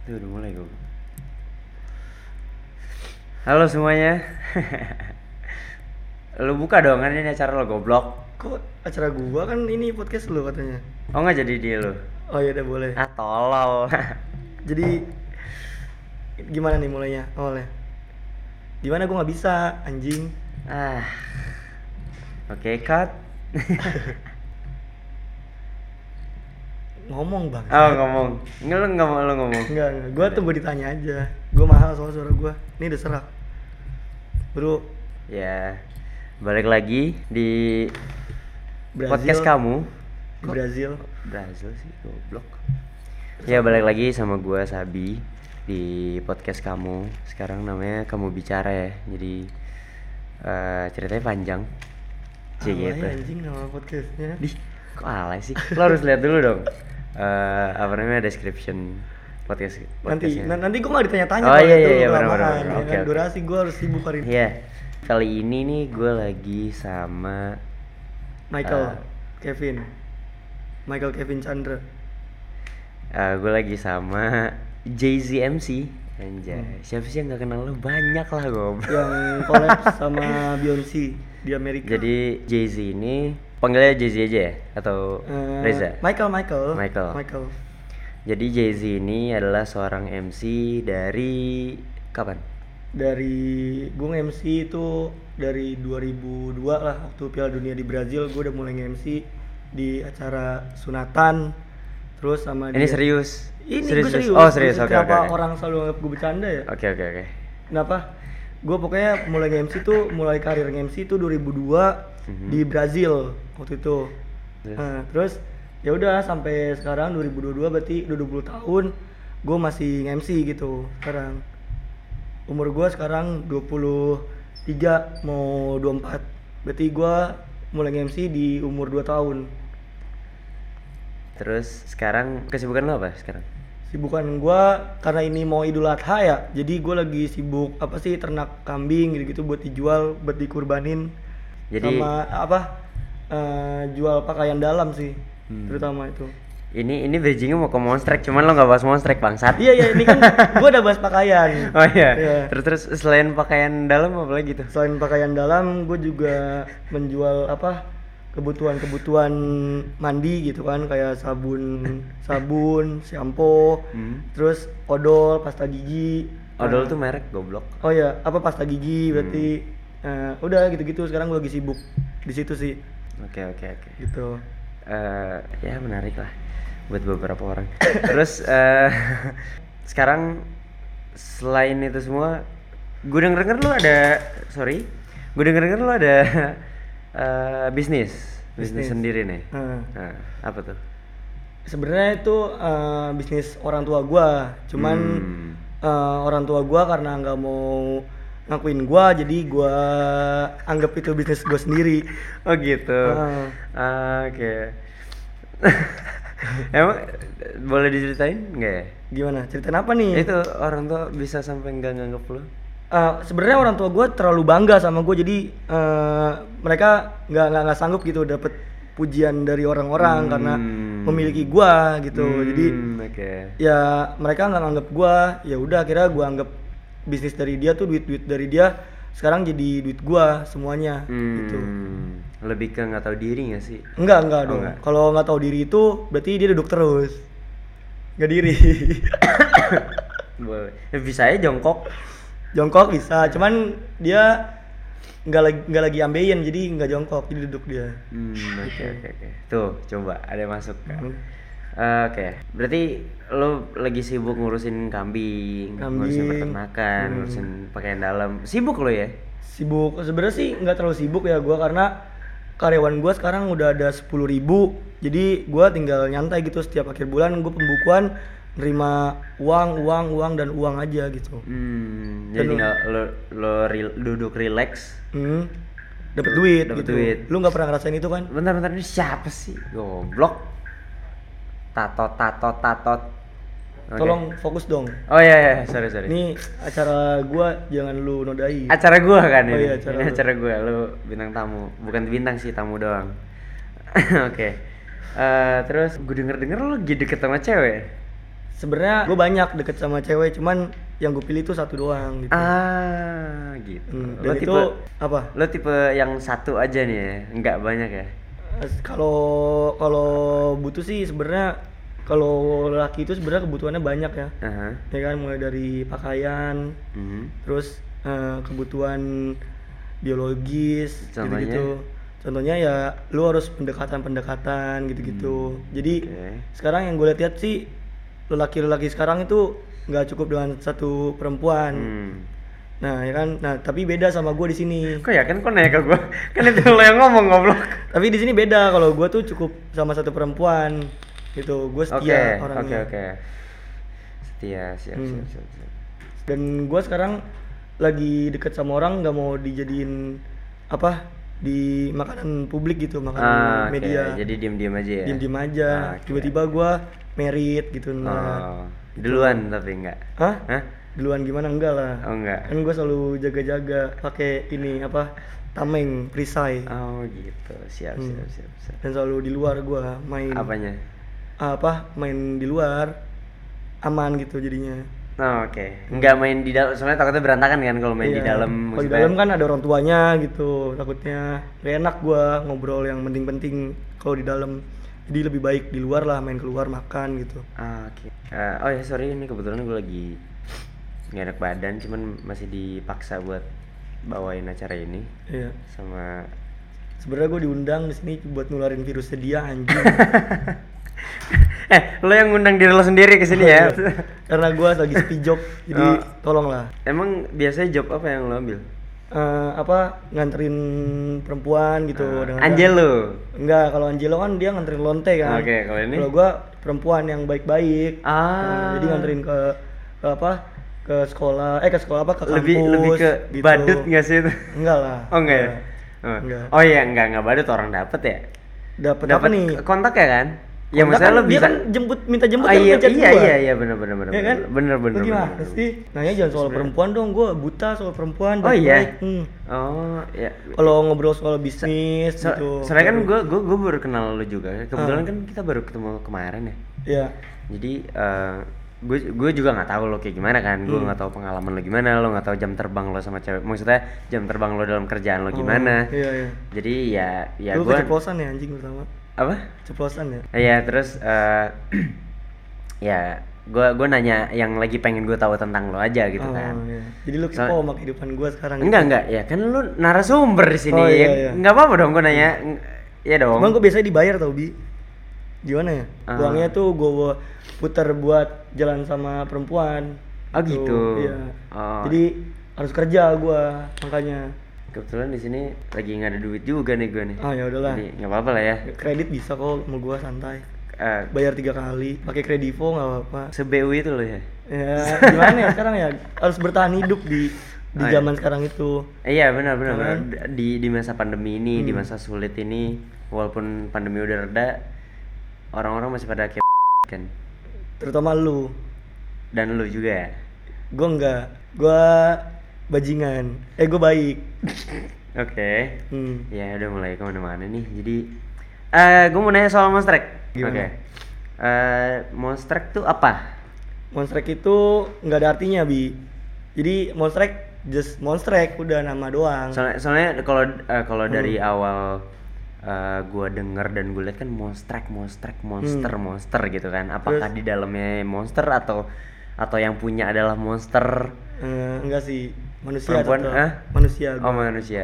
Udah mulai gue. Halo semuanya. Lu buka dong, kan ini acara lo goblok. Kok acara gua kan ini podcast lu katanya. Oh nggak jadi dia lu. Oh iya udah boleh. Ah tolol. Jadi gimana nih mulainya awalnya? Gimana gua nggak bisa anjing. Oke, cut. Ngomong bang. Oh ngomong. Nggak lu nggak mau lu ngomong. Enggak. Gua tunggu ditanya aja. Gua mahal soal suara gua. Ini udah serak. Bro, Ya, balik lagi di Brazil. podcast kamu. Di Brazil. Brazil sih goblok. Ya balik lagi sama gua Sabi di podcast kamu. Sekarang namanya Kamu Bicara ya. Jadi ceritanya panjang. Cie Alay gitu. anjing nama podcastnya. Dih, kok alay sih? Lo harus lihat dulu dong. Apa namanya, description podcastnya. Nanti gua nggak ditanya-tanya. Oh kalau iya itu iya kelamaan. benar. Ya Oke. kan, durasi gua harus sibuk hari ini. Iya. Kali ini nih gue lagi sama Michael Kevin Chandra. gue lagi sama Jay-Z MC. Anjay, siapa sih yang gak kenal lu? Banyak lah goblok. Yang collab sama Beyonce di Amerika. Jadi Jay-Z ini panggilnya Jay-Z aja ya? Atau Reza? Michael. Jadi Jay-Z ini adalah seorang MC dari kapan? Dari gue nge-MC itu dari 2002 lah, waktu Piala Dunia di Brazil. Gue udah mulai nge-MC di acara sunatan. Terus sama Ini dia. serius? Ini gue serius. Oh serius, oke. Kenapa orang selalu anggap gue bercanda ya? Oke. Kenapa? Gue pokoknya mulai nge-MC tuh, mulai karir nge-MC tuh 2002 di Brazil waktu itu. Yes. Nah, terus ya udah sampai sekarang 2022, berarti udah 20 tahun gue masih nge-MC gitu sekarang. Umur gue sekarang 23 mau 24. Berarti gue mulai nge-MC di umur 2 tahun. Terus sekarang kesibukan lo apa sekarang? Sibukan gue karena ini mau Idul Adha ya, jadi gue lagi sibuk apa sih, ternak kambing gitu-gitu buat dijual, buat dikurbanin. Jadi sama jual pakaian dalam sih, terutama itu. Ini bridgingnya mau ke Monstrek, cuman lo nggak bahas Monstrek bangsat. Iya ini kan gue udah bahas pakaian. Oh iya. Iya. Terus selain pakaian dalam apa lagi tuh? Selain pakaian dalam, gue juga menjual kebutuhan mandi gitu kan, kayak sabun, shampoo, terus odol, pasta gigi. Odol tuh merek goblok. Oh ya, pasta gigi berarti. Udah gitu-gitu, sekarang gue lagi sibuk di situ sih. Oke. Gitu. Ya menarik lah buat beberapa orang. Terus sekarang selain itu semua, gue denger lu ada bisnis sendiri nih. Nah, apa tuh? Sebenarnya itu bisnis orang tua gua, cuman orang tua gua karena nggak mau ngakuin gua, jadi gua anggap itu bisnis gua sendiri. Oh gitu. Oke. Emang boleh diceritain nggak ya? Gimana? Ceritain apa nih? Itu orang tua bisa sampai nggak nganggap lu? Sebenarnya orang tua gue terlalu bangga sama gue, jadi mereka nggak sanggup gitu dapet pujian dari orang-orang karena memiliki gue gitu. Jadi ya mereka nggak nganggap gue. Ya udah, akhirnya gue anggap bisnis dari dia tuh, duit dari dia sekarang jadi duit gue semuanya gitu. Lebih ke nggak tahu diri nggak sih? Enggak dong. Kalau nggak tahu diri itu berarti dia duduk terus, nggak diri. Boleh. Bisa aja Jongkok bisa, cuman dia nggak lagi ambeien, jadi nggak jongkok, jadi duduk dia. Oke. Tuh, coba ada masuk kan. Oke. Berarti lo lagi sibuk ngurusin kambing. Ngurusin peternakan, ngurusin pakaian dalam. Sibuk lo ya? Sibuk, sebenarnya sih nggak terlalu sibuk ya gua, karena karyawan gua sekarang udah ada 10.000. Jadi gua tinggal nyantai gitu, setiap akhir bulan gua pembukuan nerima uang dan uang aja gitu. Jadi tinggal lo duduk relax, dapat duit dapet gitu. duit. Lu nggak pernah ngerasain itu kan? Bentar, ini siapa sih? Goblok. Tatot. Okay. Tolong fokus dong. Oh iya, sorry. Ini acara gua, jangan lu nodai. Acara gua kan ini. Oh iya, ini acara gua, lu bintang tamu. Bukan bintang sih, tamu doang. Oke. Terus gue denger lo lagi deket sama cewek. sebenarnya gue banyak deket sama cewek, cuman yang gue pilih tuh satu doang gitu. Gitu. Dan Lo itu tipe apa? Lo tipe yang satu aja nih ya, nggak banyak ya? Kalau butuh sih sebenarnya, kalau laki itu sebenarnya kebutuhannya banyak ya. Ya kan, mulai dari pakaian, terus kebutuhan biologis gitu-gitu. Contohnya ya lu harus pendekatan gitu-gitu. Jadi sekarang yang gue lihat sih lelaki sekarang itu nggak cukup dengan satu perempuan. Nah ya kan, nah tapi beda sama gue di sini. Kok ya kan, kok nanya ke gue? Kan itu lo yang ngomong, goblok. Tapi di sini beda, kalau gue tuh cukup sama satu perempuan gitu. Gue setia orangnya. Oke. Setia, siap. Dan gue sekarang lagi deket sama orang nggak mau dijadiin apa di makanan publik gitu, makanan media. Jadi diem aja ya. Diem aja. Tiba-tiba gue merit gitu. Duluan tapi enggak. Hah? Duluan gimana? Enggak lah. Oh enggak. Kan gue selalu jaga-jaga pakai ini apa, tameng, perisai. Oh gitu. Siap. Dan selalu di luar gue main. Apanya? Main di luar aman gitu jadinya. Oke. Enggak main di dalam, soalnya takutnya berantakan kan kalau main di dalam. Kalau di dalam kan ada orang tuanya gitu, takutnya gak enak gue ngobrol yang penting-penting kalau di dalam. Jadi lebih baik di luar lah, main keluar makan gitu. Oke. Oh ya sorry, ini kebetulan gue lagi nggak enak badan, cuman masih dipaksa buat bawain acara ini. Iya. Sama sebenarnya gue diundang di sini buat nularin virusnya dia, anjing. Lo yang ngundang diri lo sendiri ke sini ya? Karena gue lagi sepi job, jadi tolonglah. Emang biasanya job apa yang lo ambil? Nganterin perempuan gitu. Angelo? Enggak, kalau Angelo kan dia nganterin lonte kan. Oke, kalau ini? Kalau gue perempuan yang baik-baik. Jadi nganterin ke sekolah, ke kampus. Lebih ke gitu. Badut nggak sih itu? Enggak lah. Oh enggak ya? Enggak. Oh iya, enggak badut, orang dapet ya? Dapat apa nih? Kontak ya kan? Ya maksudnya kan lo bisa, dia kan minta jemput kan iya benar. Ya kan? Bener. Gimana sih? Nanya jangan soal perempuan dong, gue buta soal perempuan. Oh iya. Oh ya. Kalau ngobrol soal bisnis gitu. Soalnya kan gue baru kenal lo juga. Kebetulan kan kita baru ketemu kemarin ya. Iya. Jadi gue juga nggak tahu lo kayak gimana kan. Gue nggak tahu pengalaman lo gimana, lo nggak tahu jam terbang lo sama cewek. Maksudnya jam terbang lo dalam kerjaan lo gimana. Iya. Jadi ya gue keceplosan ya anjing pertama. Apa? Ceplosan ya? Iya, terus ya gue nanya yang lagi pengen gue tahu tentang lo aja gitu kan. Iya. Jadi lu kepo sama kehidupan gue sekarang? Enggak ya kan lu narasumber di sini. Iya. Nggak apa-apa dong gue nanya. Iya dong. Cuman gue biasanya dibayar tau Bi. Gimana ya? Uangnya tuh gue putar buat jalan sama perempuan. Gitu. Iya. Jadi harus kerja gue, makanya. Kebetulan di sini lagi nggak ada duit juga nih gue nih. Ya udahlah. Jadi nggak apa-apa lah ya. Kredit bisa kok, mau gue santai. Bayar 3 kali, pakai kredivo nggak apa-apa. Se-BU itu loh ya. Ya gimana ya sekarang ya, harus bertahan hidup di zaman sekarang itu. Iya benar. Di masa pandemi ini, di masa sulit ini, walaupun pandemi udah reda, orang-orang masih pada kayak kan. Terutama lu. Dan lu juga ya. Gue enggak. Gue bajingan. Gue baik. Oke. Ya udah mulai kemana-mana nih. Jadi gue mau nanya soal Monstrek. Gimana? Monstrek tuh apa? Monstrek itu nggak ada artinya Bi. Jadi Monstrek just Monstrek, udah nama doang. Soalnya kalau dari awal gue denger dan gue lihat kan monster gitu kan. Apakah di dalamnya monster atau yang punya adalah monster? Enggak sih, manusia. Perempuan? Manusia. Oh manusia.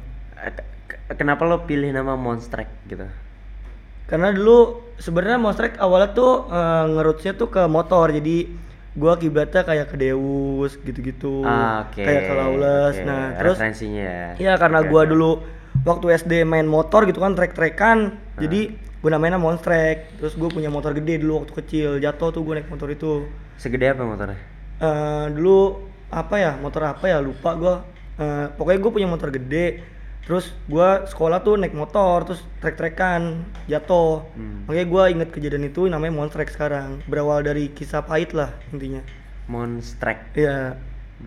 Kenapa lo pilih nama Monstrek gitu? Karena dulu sebenarnya Monstrek awalnya tuh ngerootsnya tuh ke motor, jadi gua kiblatnya kayak ke Deus gitu-gitu, kayak ke Lawless. Nah terus referensinya ya. Iya karena gua dulu waktu SD main motor gitu kan, trek-trekan, jadi gua namainnya Monstrek. Terus gua punya motor gede dulu waktu kecil, jatuh tuh gua naik motor itu. Segede apa motornya? Dulu motor apa ya lupa gua. Pokoknya gua punya motor gede. Terus gue sekolah tuh naik motor, terus trek-trekan, jatuh. Makanya gue inget kejadian itu, namanya Monstrek sekarang. Berawal dari kisah pahit lah intinya. Monstrek? Iya.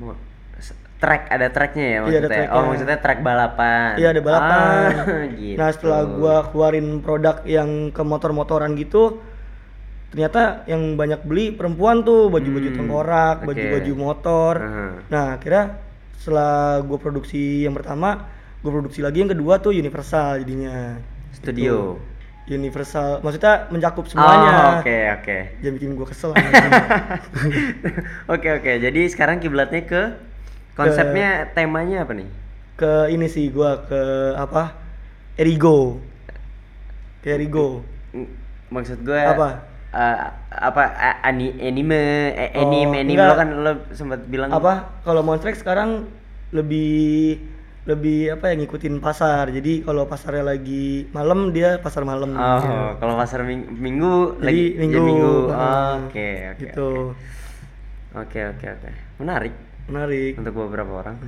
Trek, ada treknya ya maksudnya? Iya ada treknya. Oh maksudnya trek balapan? Iya ada balapan. Gitu. Nah setelah gue keluarin produk yang ke motor-motoran gitu, ternyata yang banyak beli perempuan tuh, baju-baju tengkorak, oke. baju-baju motor. Aha. Nah akhirnya setelah gue produksi yang pertama, gue produksi lagi yang kedua tuh Universal jadinya. Studio. Gitu. Universal, maksudnya mencakup semuanya. Oke. Jangan bikin gue kesel. Oke. Jadi sekarang kiblatnya ke konsepnya, temanya apa nih? Ke ini sih gue ke apa? Erigo. Ke Erigo. Maksud gue Apa? anime enggak. lo kan lo sempat bilang Apa? Kalau Monster sekarang lebih apa ya, ngikutin pasar. Jadi kalau pasarnya lagi malam dia pasar malam. kalau pasar minggu Jadi lagi minggu. minggu. Nah, Oke. Gitu. Oke. Menarik untuk beberapa orang.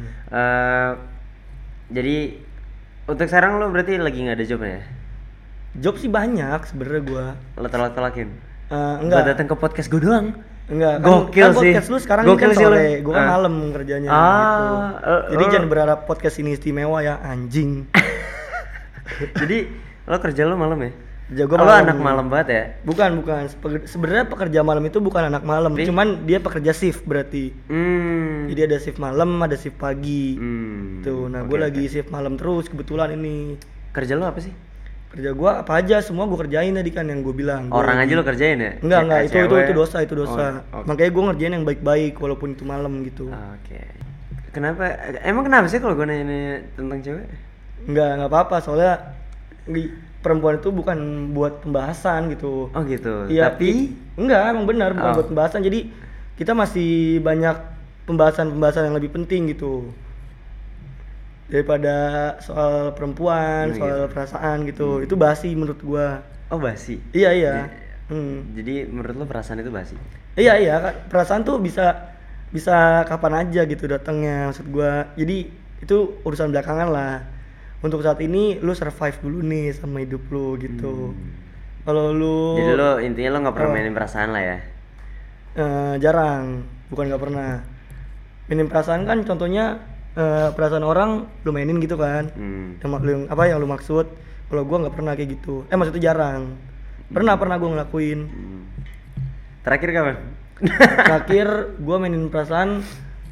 Jadi untuk sekarang lo berarti lagi nggak ada job ya? Job sih banyak sebenarnya gua. Lo tolak-tolakin? Enggak. Buat datang ke podcast gue doang? Enggak, Gokil kan sih. podcast lu sekarang Gokil ini kan sih lu. sore, gua kan malam kerjanya gitu. Jadi lu- jangan berharap podcast ini istimewa ya, anjing. Jadi lo kerja lo malam ya? Jago Lo malam. anak malam banget ya? Bukan. Sebenarnya pekerja malam itu bukan anak malam, cuman dia pekerja shift berarti. Jadi ada shift malam, ada shift pagi. Tuh, nah gue lagi shift malam terus kebetulan ini. Kerja lo apa sih? Kerja gue apa aja, semua gue kerjain tadi kan yang gue bilang. Orang aja lo kerjain ya? Enggak, itu Cewek? dosa. Oh, oke. Makanya gue ngerjain yang baik-baik walaupun itu malam gitu. Oke. Kenapa sih kalau gue nanya tentang cewek? Enggak apa-apa, soalnya perempuan itu bukan buat pembahasan gitu. Oh gitu. Iya, Tapi enggak, emang benar bukan buat pembahasan. Jadi kita masih banyak pembahasan yang lebih penting gitu. Daripada soal perempuan, soal perasaan gitu. Itu basi menurut gua. Oh basi. Iya. Jadi menurut lo perasaan itu basi? Iya, perasaan tuh bisa kapan aja gitu datangnya, maksud gua. Jadi itu urusan belakangan lah. Untuk saat ini lu survive dulu nih sama hidup lu gitu. Kalau lu Jadi lo intinya lo nggak pernah mainin perasaan lah ya? jarang, bukan nggak pernah. Minim perasaan kan contohnya perasaan orang lu mainin gitu kan. Yang lu maksud. Kalau gua nggak pernah kayak gitu. Maksudnya jarang. Pernah gua ngelakuin. Terakhir kapan? Terakhir gua mainin perasaan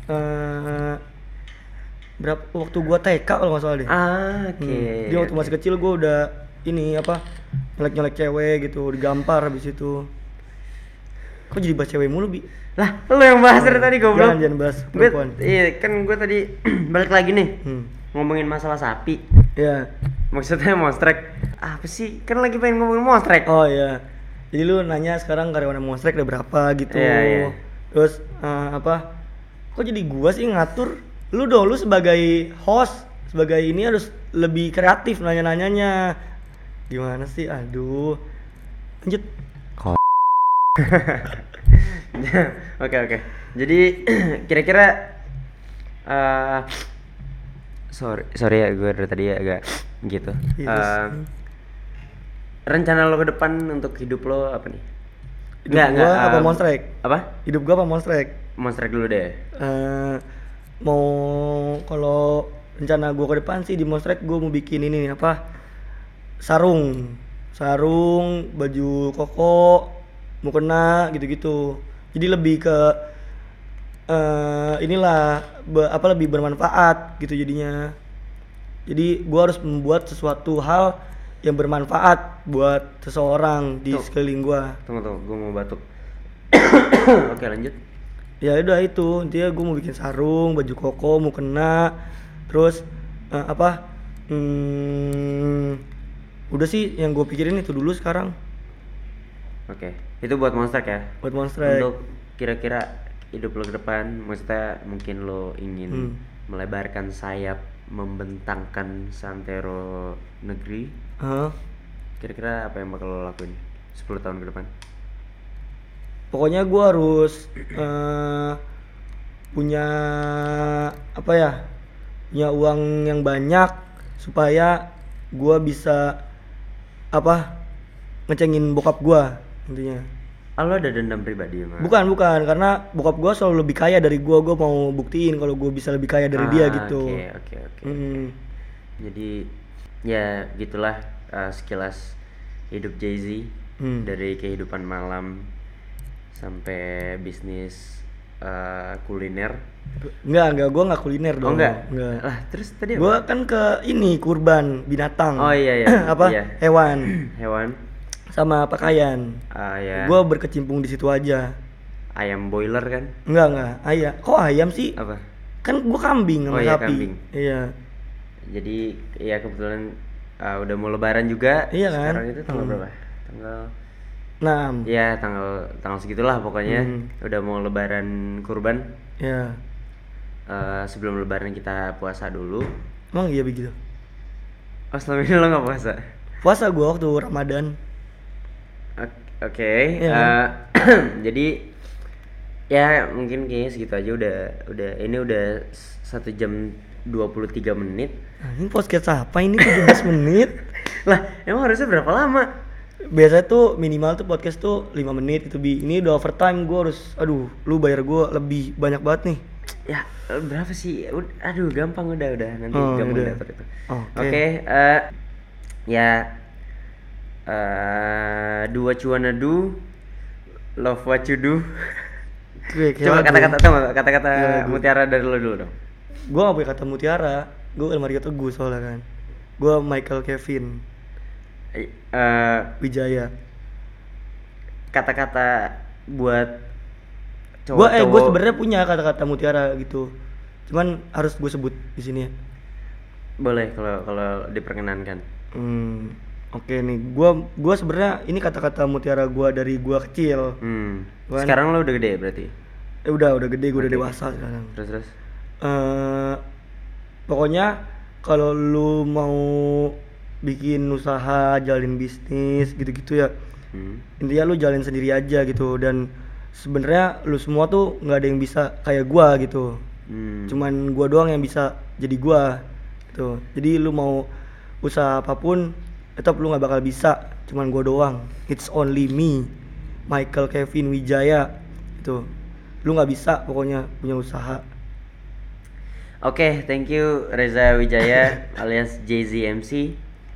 berapa waktu gua TK kalau nggak salah deh. Oke. Dia waktu masih kecil gua udah ini apa, nyolek cewek gitu, digampar habis itu. Kok jadi bahas cewek mulu, Bi? Lah, lo yang bahas dari tadi goblok. Jangan bahas perempuan. Iya, kan gue tadi balik lagi nih. Ngomongin masalah sapi. Iya. Maksudnya monstrek. Apa sih? Kan lagi pengen ngomongin monstrek. Oh iya. Jadi lu nanya sekarang karyawan Monstrek ada berapa gitu. Iya. Terus apa? Kok jadi gua sih ngatur? Lu dong, lu sebagai host, sebagai ini harus lebih kreatif nanya-nanyanya. Gimana sih? Aduh. Lanjut. Oke. Jadi kira-kira sorry ya gue dari tadi agak gitu. Rencana lo ke depan untuk hidup lo apa nih? Hidup gua apa Monstrek? Apa? Hidup gua apa Monstrek? Monstrek dulu deh. Mau kalau rencana gua ke depan sih di Monstrek gua mau bikin ini nih, apa? Sarung, baju koko, mukena gitu-gitu. Jadi lebih ke lebih bermanfaat gitu jadinya. Jadi gua harus membuat sesuatu hal yang bermanfaat buat seseorang di sekeliling gua. Tunggu, gua mau batuk. Oke, lanjut. Ya udah itu, intinya gua mau bikin sarung, baju koko, mukena, terus udah sih yang gue pikirin itu dulu sekarang. Oke, itu buat Monstrek ya? Buat Monstrek. Untuk kira-kira hidup lo ke depan, maksudnya mungkin lo ingin melebarkan sayap, membentangkan santero negeri. Kira-kira apa yang bakal lo lakuin 10 tahun ke depan? Pokoknya gue harus punya punya uang yang banyak supaya gue bisa ngecengin bokap gue intinya. Lo ada dendam pribadi sama? Bukan, karena bokap gue selalu lebih kaya dari gue mau buktiin kalau gue bisa lebih kaya dari dia gitu. Oke. Jadi ya gitulah sekilas hidup Jay-Z. Dari kehidupan malam sampai bisnis kuliner. Enggak, gua enggak kuliner dong. Oh enggak. Lah, terus tadi apa? Gua kan ke ini kurban binatang. Oh iya. Apa? Iya. Hewan. Sama pakaian. Ya. Gua berkecimpung di situ aja. Ayam boiler kan? Enggak. Ayam. Kok ayam sih? Apa? Kan gua kambing sama sapi. Kambing. Iya. Jadi ya kebetulan udah mau lebaran juga. Iya kan? Sekarang itu tanggal berapa? Tanggal 6. Ya tanggal segitulah pokoknya. Udah mau lebaran kurban. Ya. Sebelum lebaran kita puasa dulu. Emang iya begitu? Oh selama ini lo gak puasa? Puasa gua waktu Ramadan. Oke. Ya. Jadi ya mungkin kayaknya segitu aja udah ini udah 1 jam 23 menit. Ini podcast apa ini 17 menit? Lah emang harusnya berapa lama? Biasanya tuh minimal tuh podcast tuh 5 menit itu Ini udah overtime, gue harus lu bayar gue lebih banyak banget nih. Ya berapa sih? Aduh gampang udah nanti gampang dapat itu. Oke. Ya do what you wanna do, love what you do. Coba kata-kata mutiara dari lo dulu dong. Gue gak punya kata mutiara, gue Mario Teguh soalnya kan. Gue Michael Kevin Wijaya. Kata-kata buat cowok. Gue sebenarnya punya kata-kata mutiara gitu. Cuman harus gue sebut di sini ya. Boleh kalau diperkenankan. Oke nih, gue sebenarnya ini kata-kata mutiara gue dari gue kecil. Sekarang lo udah gede berarti? Udah gede, gue udah dewasa sekarang. Terus? Pokoknya kalau lu mau bikin usaha, jalin bisnis gitu-gitu ya, intinya lu jalin sendiri aja gitu. Dan sebenarnya lu semua tuh nggak ada yang bisa kayak gua gitu. Cuman gua doang yang bisa jadi gua gitu. Jadi lu mau usaha apapun tetap lu nggak bakal bisa, cuman gua doang. It's only me, Michael Kevin Wijaya gitu. Lu nggak bisa pokoknya punya usaha. Oke, thank you Reza Wijaya alias JZMC.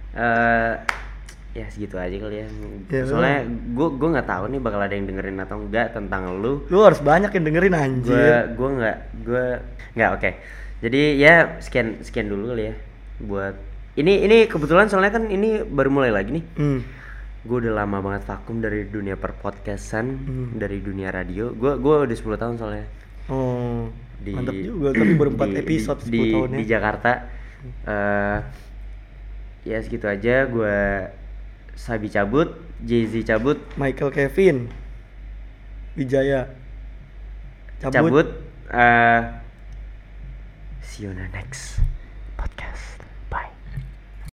Ya segitu aja kali ya. Soalnya gue nggak tahu nih bakal ada yang dengerin atau enggak tentang lu. Lu harus banyak yang dengerin anjir. Gue nggak oke. Jadi ya sekian dulu kali ya buat ini kebetulan soalnya kan ini baru mulai lagi nih. Gue udah lama banget vakum dari dunia perpodcastan, dari dunia radio. Gue udah 10 tahun soalnya. Mantap juga, tapi baru 4 episode 10 tahunnya. Di Jakarta. Ya segitu aja. Gue Sabi cabut, Jay-Z cabut, Michael Kevin Wijaya cabut. See you on the next.